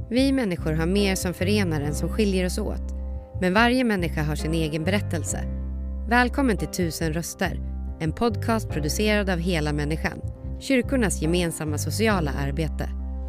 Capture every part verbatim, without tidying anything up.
Vi människor har mer som förenar än som skiljer oss åt. Men varje människa har sin egen berättelse. Välkommen till Tusen röster, en podcast producerad av Hela människan, kyrkornas gemensamma sociala arbete.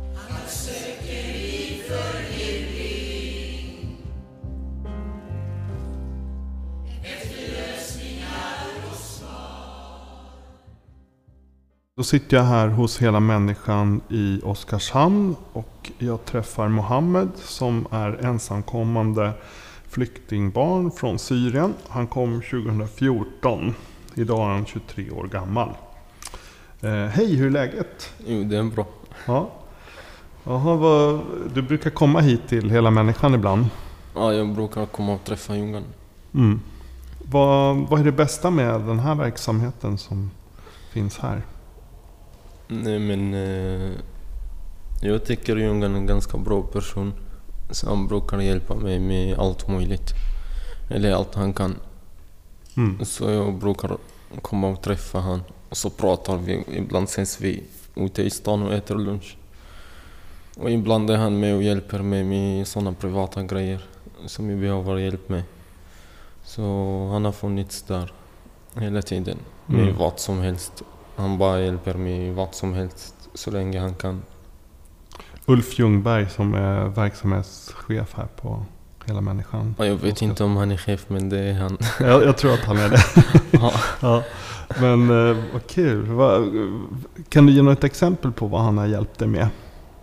Då sitter jag här hos Hela människan i Oskarshamn och jag träffar Mohammed som är ensamkommande flyktingbarn från Syrien. Han kom tjugohundrafjorton. Idag är han tjugotre år gammal. Eh, hej, hur är läget? Jo, det är bra. Ja. Jaha, vad, du brukar komma hit till Hela människan ibland? Ja, jag brukar komma och träffa Ljungan. Mm. Vad, vad är det bästa med den här verksamheten som finns här? Nej, men eh, jag tycker Ljungan är en ganska bra person. Så han brukar hjälpa mig med allt möjligt. Eller allt han kan. Mm. Så jag brukar komma och träffa han. Och så pratar vi. Ibland ses vi ute i stan och äter lunch. Och ibland är han med och hjälper mig med sådana privata grejer som jag behöver hjälp med. Så han har funnits där hela tiden. Med mm. vad som helst. Han bara hjälper mig vad som helst så länge han kan. Ulf Ljungberg som är verksamhetschef här på Hela människan. Ja, jag vet inte om han är chef, men det är han. jag, jag tror att han är det. ja. Ja. Men eh, vad kul. Va, kan du ge något exempel på vad han har hjälpt dig med?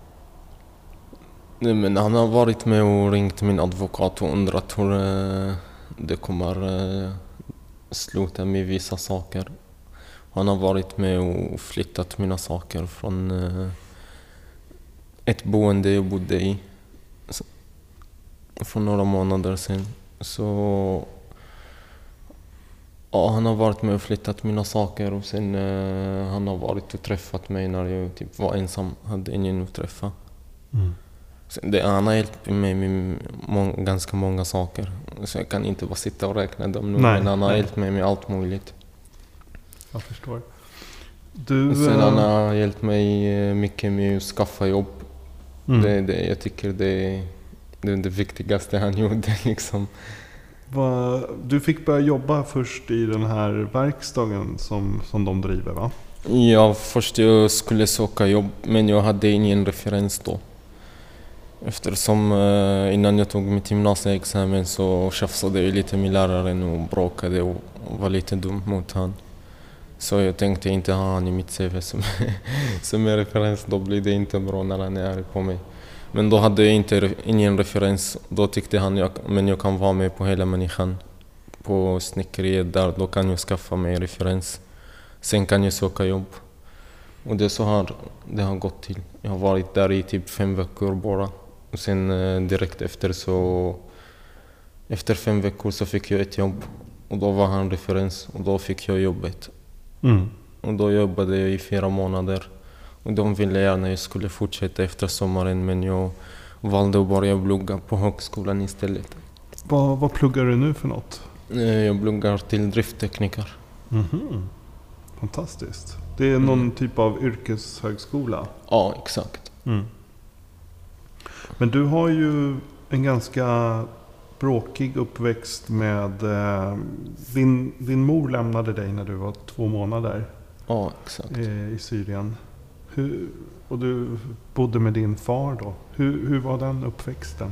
Nej, men han har varit med och ringt min advokat och undrat hur eh, det kommer eh, sluta med vissa saker. Han har varit med och flyttat mina saker från eh, ett boende jag bodde i så, för några månader sedan. Så ja, han har varit med och flyttat mina saker och sen eh, han har varit och träffat mig när jag typ var ensam, hade ingen att träffa. Mm. Så det, han har hjälpt mig med må- ganska många saker. Så jag kan inte bara sitta och räkna dem nu, nej, men han har nej. hjälpt mig med allt möjligt. Jag förstår. Du, Sen han har hjälpt mig mycket med att skaffa jobb. Mm. Det, det, jag tycker det, det är det viktigaste han gjorde. Liksom. Va, du fick börja jobba först i den här verkstaden som, som de driver, va? Ja, först jag skulle söka jobb, men jag hade ingen referens då. Eftersom eh, innan jag tog mitt gymnasieexamen så tjafsade jag lite med läraren och bråkade och, och var lite dum mot han. Så jag tänkte inte ha han i mitt C V som, som är referens, då blir det inte bra när han är arg på mig. Men då hade jag inte, ingen referens, då tyckte han jag, men jag kan vara med på Hela människan på snickeriet där, då kan jag skaffa mig referens. Sen kan jag söka jobb. Och det är så här det har gått till. Jag har varit där i typ fem veckor bara. Och sen eh, direkt efter så, efter fem veckor så fick jag ett jobb. Och då var han referens och då fick jag jobbet. Mm. Och då jobbade jag i fyra månader. Och de ville gärna att jag skulle fortsätta efter sommaren, men jag valde att börja plugga på högskolan istället. Vad, vad pluggar du nu för något? Jag pluggar till drifttekniker. Mm-hmm. Fantastiskt. Det är någon mm. typ av yrkeshögskola? Ja, exakt. Mm. Men du har ju en ganska bråkig uppväxt med eh, din, din mor lämnade dig när du var två månader. Ja, exakt. I, i Syrien. Hur, och du bodde med din far då. Hur, hur var den uppväxten?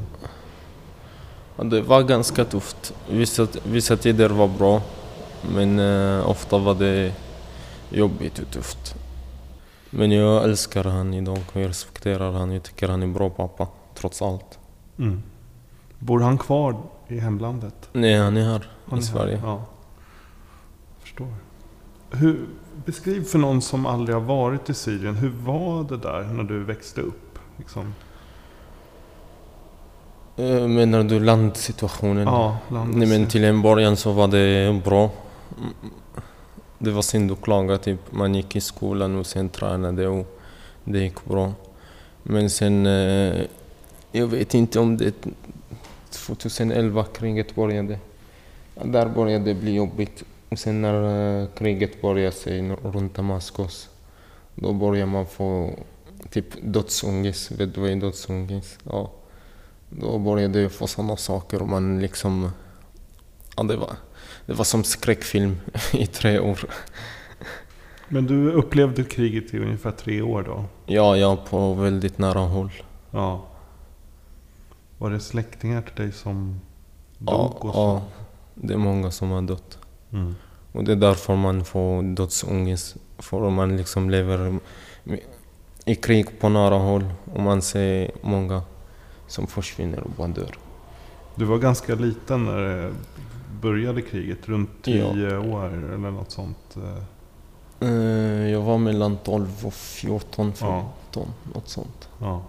Ja, det var ganska tufft. Vissa, vissa tider var bra, men eh, ofta var det jobbigt och tufft. Men jag älskar han idag och jag respekterar han. Jag tycker han är bra pappa, trots allt. Mm. Bor han kvar i hemlandet? Nej, han är här han i Sverige. Här. Ja. Förstår. Hur, beskriv för någon som aldrig har varit i Syrien. Hur var det där när du växte upp? Liksom? Menar du landsituationen? Ja, landet. Nej, men till en början så var det bra. Det var synd att klaga, typ. Man gick i skolan och sen tränade och det gick bra. Men sen, eh, jag vet inte om det tjugoelva kriget började. Där började det bli jobbigt. Och sen när eh, kriget började sig runt Damaskus, då började man få typ dödsångest. Vet du vad är dödsångest? Ja. Då började jag få sådana saker och man liksom... Ja, det var, det var som skräckfilm i tre år. Men du upplevde kriget i ungefär tre år då? Ja, ja, på väldigt nära håll. Ja. Var det släktingar till dig som Ja, dog? Och så? ja, det är många som har dött. Mm. Och det är därför man får dödsångest. För man liksom lever i krig på nära håll och man ser många som försvinner och bara dör. Du var ganska liten när det började kriget, runt tio Ja. år eller något sånt. Eh, Jag var mellan tolv och fjorton, Ja. femton, något sånt. Ja.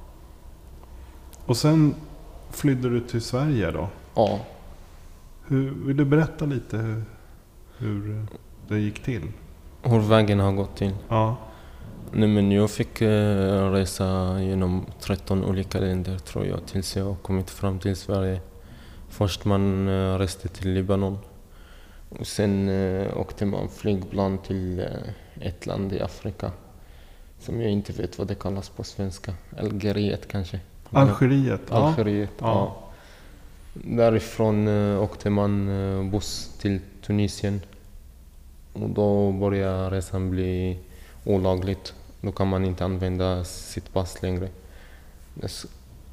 Och sen flydde du till Sverige då? Ja, Hur, vill du berätta lite hur, hur det gick till? hur vägen har gått till. Ja. Nej, men jag fick eh, resa genom tretton olika länder tror jag tills jag kommit fram till Sverige. Först man eh, reste till Libanon och sen eh, åkte man flygplan till eh, ett land i Afrika som jag inte vet vad det kallas på svenska. Algeriet kanske. Algeriet? Ja. Algeriet, ja. Ja. Därifrån eh, åkte man eh, buss till Tunisien och då började resan bli olagligt. Då kan man inte använda sitt pass längre. Dess-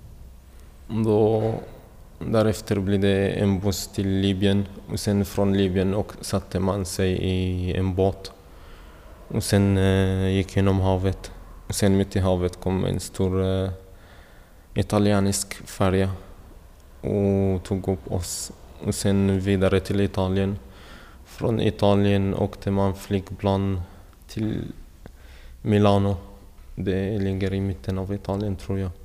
Då, därefter blev det en buss till Libyen och sen från Libyen och satte man sig i en båt och sen eh, gick genom havet. Och sen mitt i havet kom en stor eh, italiensk färja och tog upp oss och sen vidare till Italien. Från Italien åkte man flygplan till Milano. Det ligger i mitten av Italien tror jag.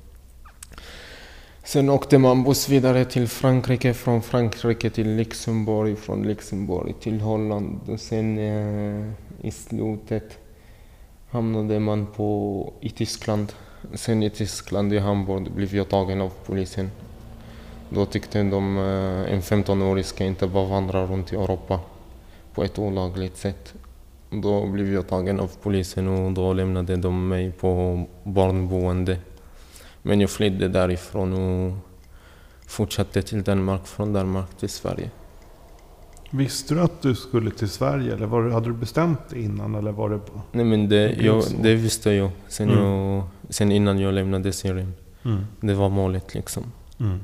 Sen åkte man buss vidare till Frankrike, från Frankrike till Luxemburg, från Luxemburg till Holland. Och sen eh, i slutet hamnade man på, i Tyskland. Sen i Tyskland, i Hamburg, blev jag tagen av polisen. Då tyckte de eh, en femton-åring ska inte bara vandra runt i Europa på ett olagligt sätt. Då blev jag tagen av polisen och då lämnade de mig på barnboende. Men jag flydde därifrån och fortsatte till Danmark, från Danmark till Sverige. Visste du att du skulle till Sverige eller var, hade du bestämt det innan? Eller var det bara... Nej, men det, Det blev jag, så. det visste jag sen, Mm. jag sen innan jag lämnade Syrien. Mm. Det var målet liksom. Mm.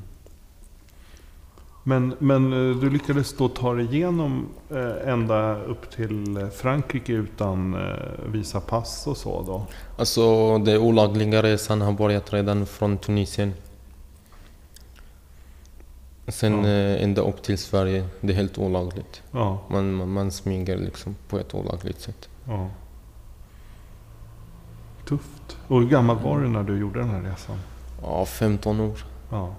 Men, men eh, du lyckades då ta dig igenom eh, ända upp till eh, Frankrike utan eh, visa pass och så då? Alltså det olagliga resan har börjat redan från Tunisien. Sen Ja. eh, ända upp till Sverige, det är helt olagligt. Ja, Man, man, man smyger liksom på ett olagligt sätt. ja. Tufft. Och hur gammal var du när du gjorde den här resan? Ja, femton år. Ja.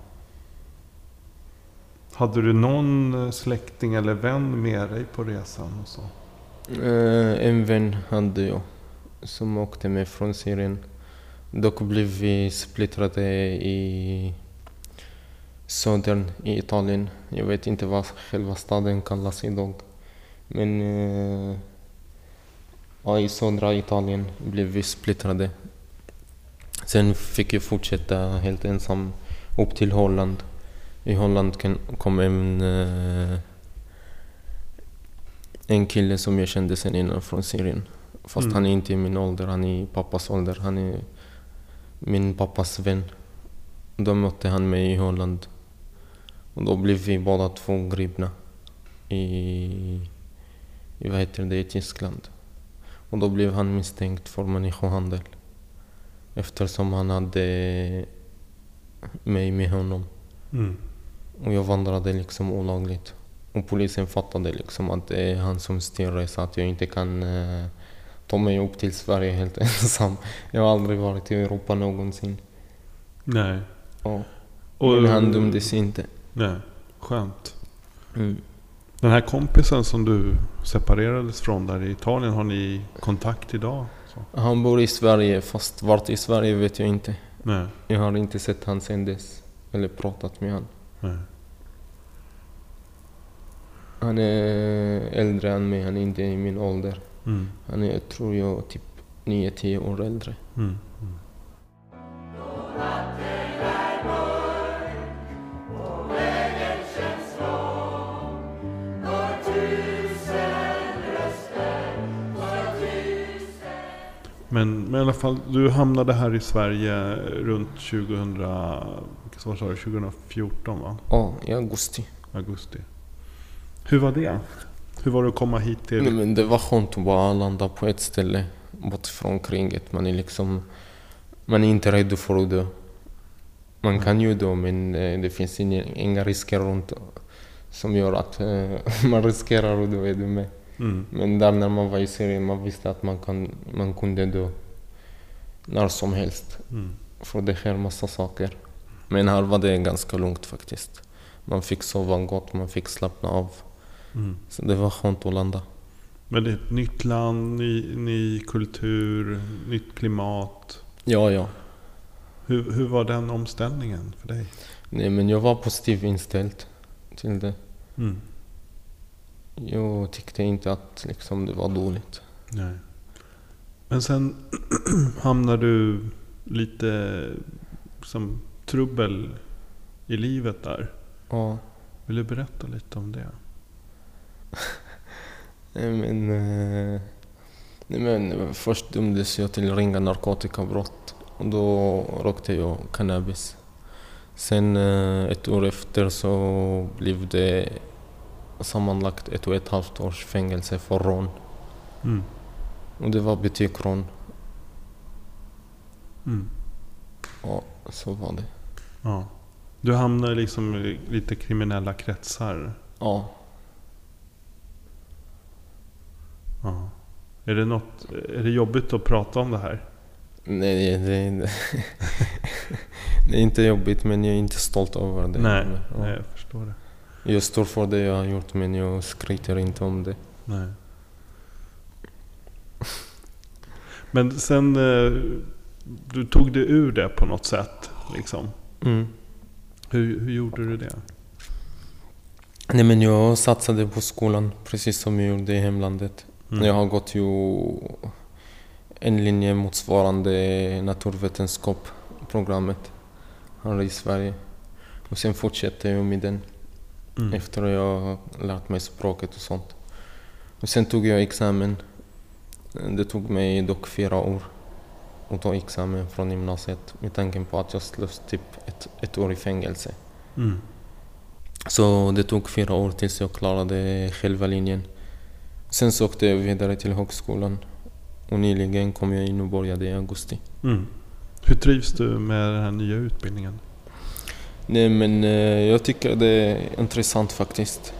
Hade du någon eh, släkting eller vän med dig på resan och så? Eh, en vän hade jag som åkte med från Syrien. Dock blev vi splittrade i södern i Italien. Jag vet inte vad själva staden kallas idag. Men eh, ja, i södra Italien blev vi splittrade. Sen fick jag fortsätta helt ensam upp till Holland. I Holland kan- kom en, eh, en kille som jag kände sen innan från Syrien. Fast Mm. han är inte i min ålder, han är i pappas ålder. Han är min pappas vän. Då mötte han mig i Holland. Och då blev vi båda två gripna i, i, vad heter det, i Tyskland. Och då blev han misstänkt för människohandel. Eftersom han hade mig med honom. Mm. Och jag vandrade liksom olagligt. Och polisen fattade liksom att det är han som styr resan, att jag inte kan eh, ta mig upp till Sverige helt ensam. Jag har aldrig varit i Europa någonsin. Nej. Ja. Och, Men han dömdes inte. Nej, skönt. Mm. Den här kompisen som du separerades från där i Italien, har ni kontakt idag? Så. Han bor i Sverige, fast vart i Sverige vet jag inte. Nej, Jag har inte sett han sen dess. Eller pratat med han. nej. Han är äldre än mig, han är inte i min ålder. Mm. Han är, tror jag, typ nio tio år äldre. Mm. Mm. Men, men i alla fall, du hamnade här i Sverige runt tjugohundra, vad sa du, tjugohundrafjorton va? Ja, i augusti. Augusti. Hur var det? Hur var det att komma hit till? Nej, men det var skönt att bara landa på ett ställe bort från kriget. Man är liksom, man är inte rädd för att dö. Man kan ju dö, men det finns inga, inga risker runt som gör att man riskerar att dö, är du med? Mm. Men där när man var i Syrien, man visste att man, kan, man kunde dö när som helst. Mm. För det sker massa saker. Men här var det ganska lugnt faktiskt. Man fick sova gott, man fick slappna av. Mm. Så det var skönt att landa. Men det är ett nytt land, ny, ny kultur, nytt klimat. Ja, ja. Hur, hur var den omställningen för dig? Nej, men jag var positivt inställd till det. Mm. Jag tyckte inte att liksom, det var dåligt. Nej. Men sen hamnar du lite som trubbel i livet där. Ja. Vill du berätta lite om det? Nej, men, eh, nej, men först dömdes jag till ringa narkotikabrott. Och då rökte jag cannabis. Sen eh, ett år efter så blev det sammanlagt ett och ett halvt års fängelse för rån. Mm. Och det var butiksrån. Mm. Ja, så var det. Ja. Du hamnar liksom i lite kriminella kretsar. Ja. Ja. Är det något, är det jobbigt att prata om det här? Nej, det, det, det är inte jobbigt, men jag är inte stolt över det. Nej, ja. Nej jag förstår det. Jag står för det jag har gjort, men jag skryter inte om det. Nej. Men sen du tog dig ur det på något sätt liksom. Mm. Hur, hur gjorde du det? Nej, men jag satsade på skolan precis som jag gjorde i hemlandet. Mm. Jag har gått ju en linje motsvarande naturvetenskapsprogrammet här i Sverige. Och sen fortsätter jag med den. Mm. Efter att jag har lärt mig språket och sånt. Och sen tog jag examen. Det tog mig dock fyra år att ta examen från gymnasiet med tanken på att jag skulle typ ett, ett år i fängelse. Mm. Så det tog fyra år tills jag klarade själva linjen. Sen sökte jag vidare till högskolan och nyligen kom jag in och började i augusti. Mm. Hur trivs du med den här nya utbildningen? Nej, men eh, jag tycker det är intressant faktiskt.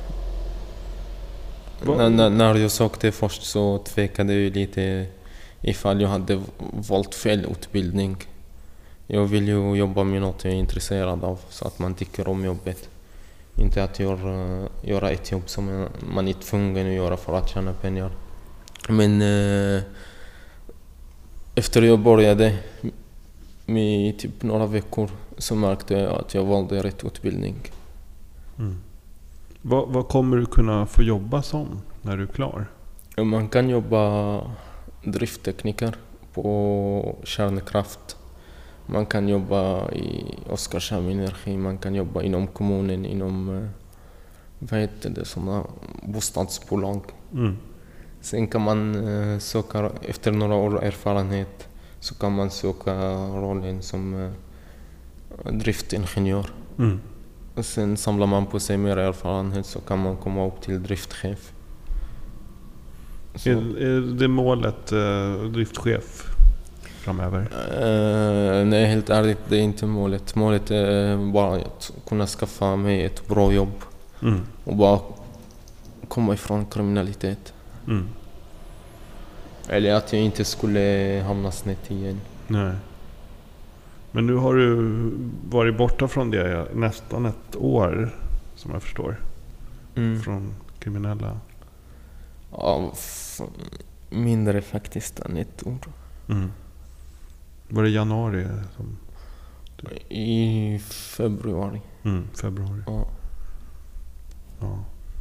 N- n- när jag sökte först så tvekade jag lite ifall jag hade valt fel utbildning. Jag vill ju jobba med något jag är intresserad av så att man tycker om jobbet. Inte att göra, göra ett jobb som man är tvungen att göra för att tjäna pengar. Men eh, efter jag började med typ några veckor så märkte jag att jag valde rätt utbildning. Mm. Vad, vad kommer du kunna få jobba som när du är klar? Man kan jobba drifttekniker på kärnkraft. Man kan jobba i Oskarshamn Energi, man kan jobba inom kommunen, inom vad heter det, sådana bostadsbolag. Mm. Sen kan man söka, efter några år erfarenhet, så kan man söka rollen som driftingenjör. Mm. Och sen samlar man på sig mer erfarenhet så kan man komma upp till driftchef. Så. Är, är det målet, eh, driftchef framöver? Uh, nej, helt ärligt, det är inte målet. Målet är bara att kunna skaffa mig ett bra jobb. Mm. Och bara komma ifrån kriminalitet. Mm. Eller att jag inte skulle hamna snett igen. Nej. Men nu har du varit borta från det nästan ett år, som jag förstår. Mm. Från kriminella. Ja, f- mindre faktiskt än ett år. Mm. Var det januari? Som du... I februari. Mm, februari. Ja. Ja.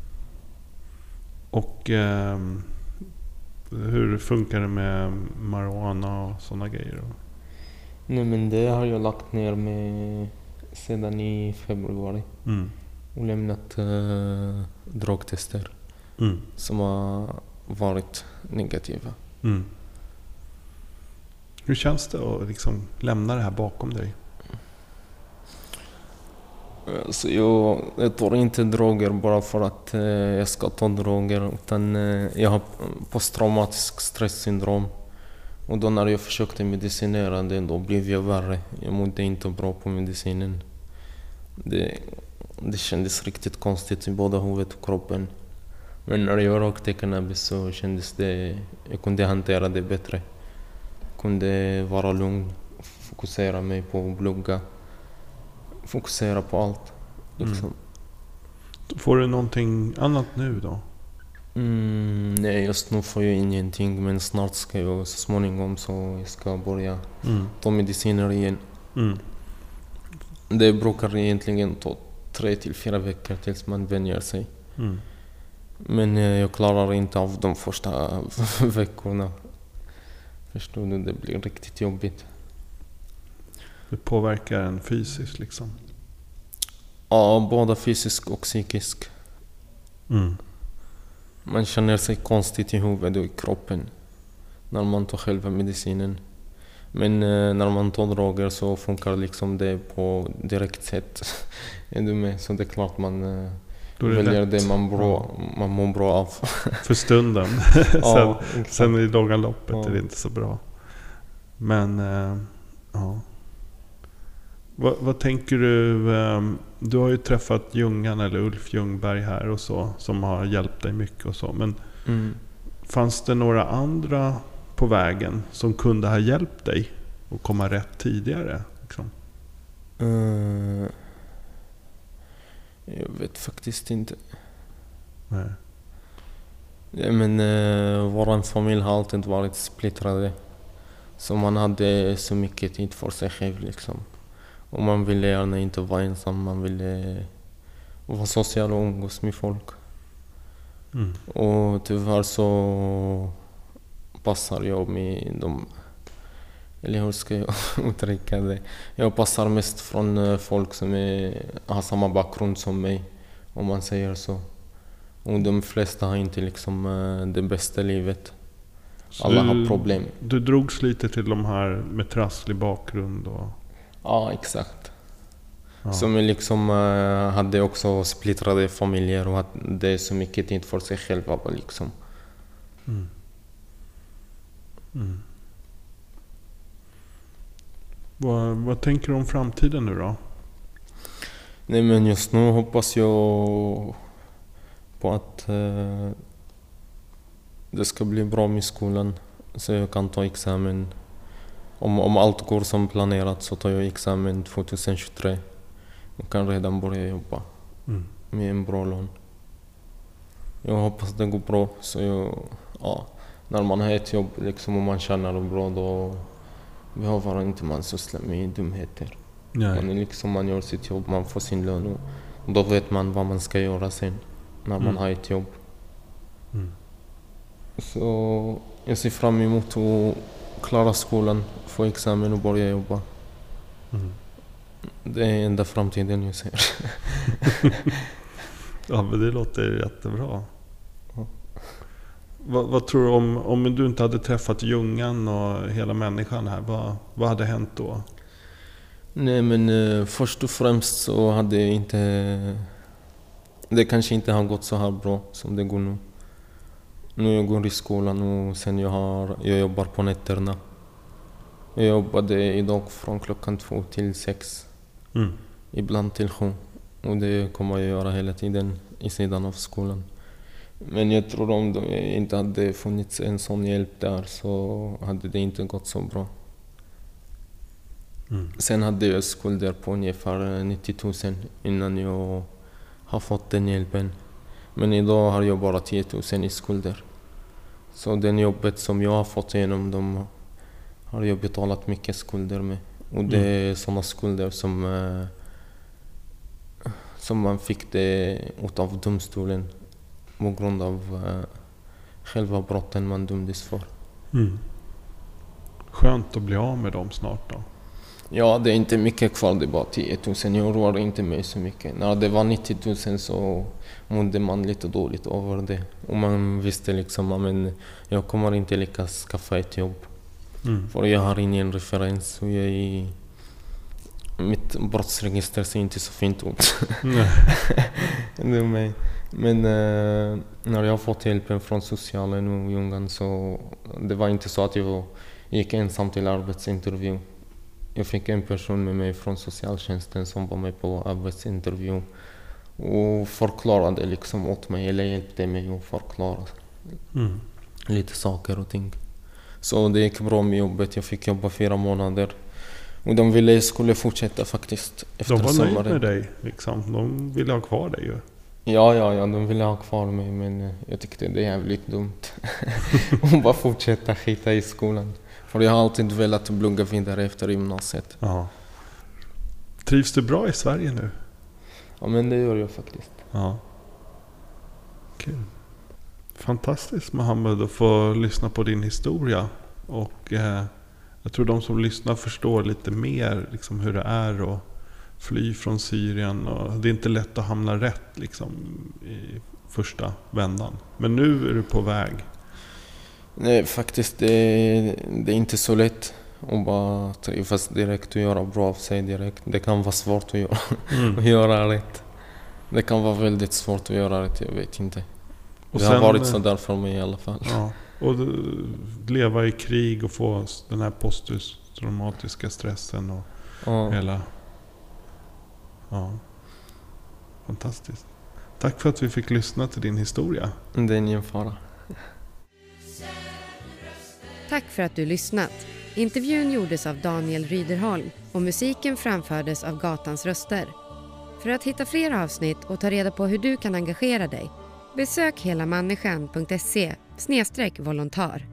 Och eh, hur funkar det med marijuana och sådana grejer då? Nej, men det har jag lagt ner med sedan i februari. Mm. Och lämnat äh, drogtester mm. som har varit negativa. Mm. Hur känns det att liksom lämna det här bakom dig? Alltså jag, jag tar inte droger bara för att eh, jag ska ta droger, utan eh, jag har posttraumatisk stresssyndrom. Och då när jag försökte medicinera det, då blev jag värre. Jag mådde inte bra på medicinen. Det, det kändes riktigt konstigt i både huvudet och kroppen. Men när jag rökte cannabis så kändes det, jag kunde hantera det bättre. Jag kunde vara lugn, fokusera mig på att plugga. Fokusera på allt. Liksom. Mm. Får du någonting annat nu då? Mm, nej, just nu får jag ingenting, men snart ska jag så småningom så jag ska börja mm. ta mediciner igen. Mm. Det brukar egentligen ta tre till fyra veckor tills man vänjer sig. Mm. Men jag klarar inte av de första veckorna. Förstår du, det blir riktigt jobbigt. Det påverkar en fysiskt liksom? Ja, både fysiskt och psykiskt. Mm. Man känner sig konstigt i huvudet och i kroppen när man tar själva medicinen. Men eh, när man tar droger så funkar liksom det på direkt sätt. Är du med? Så det är klart man eh, det väljer lätt. Det man, bra, man mår bra av. För stunden. Ja, sen, sen i långa loppet ja. Är det inte så bra. Men eh, ja. Vad, vad tänker du? Um, du har ju träffat Ljungan eller Ulf Ljungberg här och så, som har hjälpt dig mycket och så. Men mm. fanns det några andra på vägen som kunde ha hjälpt dig att komma rätt tidigare? Liksom? Uh, jag vet faktiskt inte. Nej. Ja, men uh, vår familj har alltid varit splittrade. Så man hade så mycket tid för sig själv liksom. Och man ville gärna inte vara ensam, man ville vara social och umgås med folk. Mm. Och tyvärr så passar jag med dem. Eller hur ska jag uttrycka det? Jag passar mest från folk som är, har samma bakgrund som mig, om man säger så. Och de flesta har inte liksom det bästa livet. Så alla har problem. Du drogs lite till de här med trasslig bakgrund och... Ja, exakt. Ja. Som liksom uh, hade också splittrade familjer och hade så mycket tid för sig själva liksom. Mm. Mm. Vad, vad tänker du om framtiden nu då? Nej, men just nu hoppas jag på att uh, det ska bli bra med skolan så jag kan ta examen. Om, om allt går som planerat så tar jag examen tjugohundratjugotre och kan redan börja jobba mm. med en bra lön. Jag hoppas det går bra så jag, ja, när man har ett jobb liksom, och man tjänar bra, då behöver inte man syssla med dumheter. Man, liksom, man gör sitt jobb, man får sin lön och då vet man vad man ska göra sen när man mm. har ett jobb. Mm. Så jag ser fram emot att klara skolan, få examen och börja jobba. Mm. Det är enda framtiden jag ser. Ja, men det låter jättebra. Ja. Vad, vad tror du om, om du inte hade träffat Ljungan och hela människan här, vad, vad hade hänt då? Nej, men eh, först och främst så hade jag inte... Det kanske inte har gått så här bra som det går nu. Nu jag går i skolan och sen jag, har, jag jobbar på nätterna. Jag jobbade idag från klockan två till sex. Mm. Ibland till sju. Och det kommer jag göra hela tiden i sidan av skolan. Men jag tror om det inte hade funnits en sån hjälp där så hade det inte gått så bra. Mm. Sen hade jag skulder på ungefär nittio tusen innan jag har fått den hjälpen. Men idag har jag bara tio tusen i skulder. Så den jobbet som jag har fått igenom dem har jag betalat mycket skulder med. Och det är mm. sådana skulder som, eh, som man fick det utav domstolen på grund av eh, själva brotten man dömdes för. Mm. Skönt att bli av med dem snart då. Ja, det är inte mycket kvar, det är bara tio tusen. Jag oroar inte mig så mycket. När det var nittio tusen så mådde man lite dåligt över det. Och man visste liksom att jag kommer inte lyckas skaffa ett jobb. Mm. För jag har ingen referens och jag är... Mitt brottsregister ser inte så fint ut. Mm. Men uh, när jag fått hjälpen från socialen och Ljungan så det var inte så att jag gick ensam till arbetsintervju. Jag fick en person med mig från socialtjänsten som var med på arbetsintervju och förklarade liksom åt mig, eller hjälpte mig att förklara mm. lite saker och ting. Så det gick bra med jobbet, jag fick jobba fyra månader. Och de ville jag skulle fortsätta faktiskt efter sommaren. De var sommaren. nöjda med dig liksom, de ville ha kvar dig ju. Ja, ja, ja, de ville ha kvar mig men jag tyckte det är jävligt dumt. Och bara fortsätta skita i skolan. För jag har alltid velat plugga vidare efter gymnasiet. Ja. Trivs du bra i Sverige nu? Ja, men det gör jag faktiskt. Ja. Kul. Fantastiskt, Mohammed, att få lyssna på din historia. Och eh, jag tror de som lyssnar förstår lite mer liksom, hur det är att fly från Syrien. Och det är inte lätt att hamna rätt liksom, i första vändan. Men nu är du på väg. Nej, faktiskt det är, det är inte så lätt att bara trivas direkt och göra bra av sig direkt. Det kan vara svårt att göra, mm. att göra rätt. Det kan vara väldigt svårt att göra rätt, jag vet inte. Och det sen, har varit så där för mig i alla fall. Ja, och leva i krig och få den här posttraumatiska stressen och ja. hela... Ja, fantastiskt. Tack för att vi fick lyssna till din historia. Det är ingen fara. Tack för att du lyssnat. Intervjun gjordes av Daniel Ryderholm och musiken framfördes av Gatans röster. För att hitta fler avsnitt och ta reda på hur du kan engagera dig, besök helamänniskan punkt se slash volontär.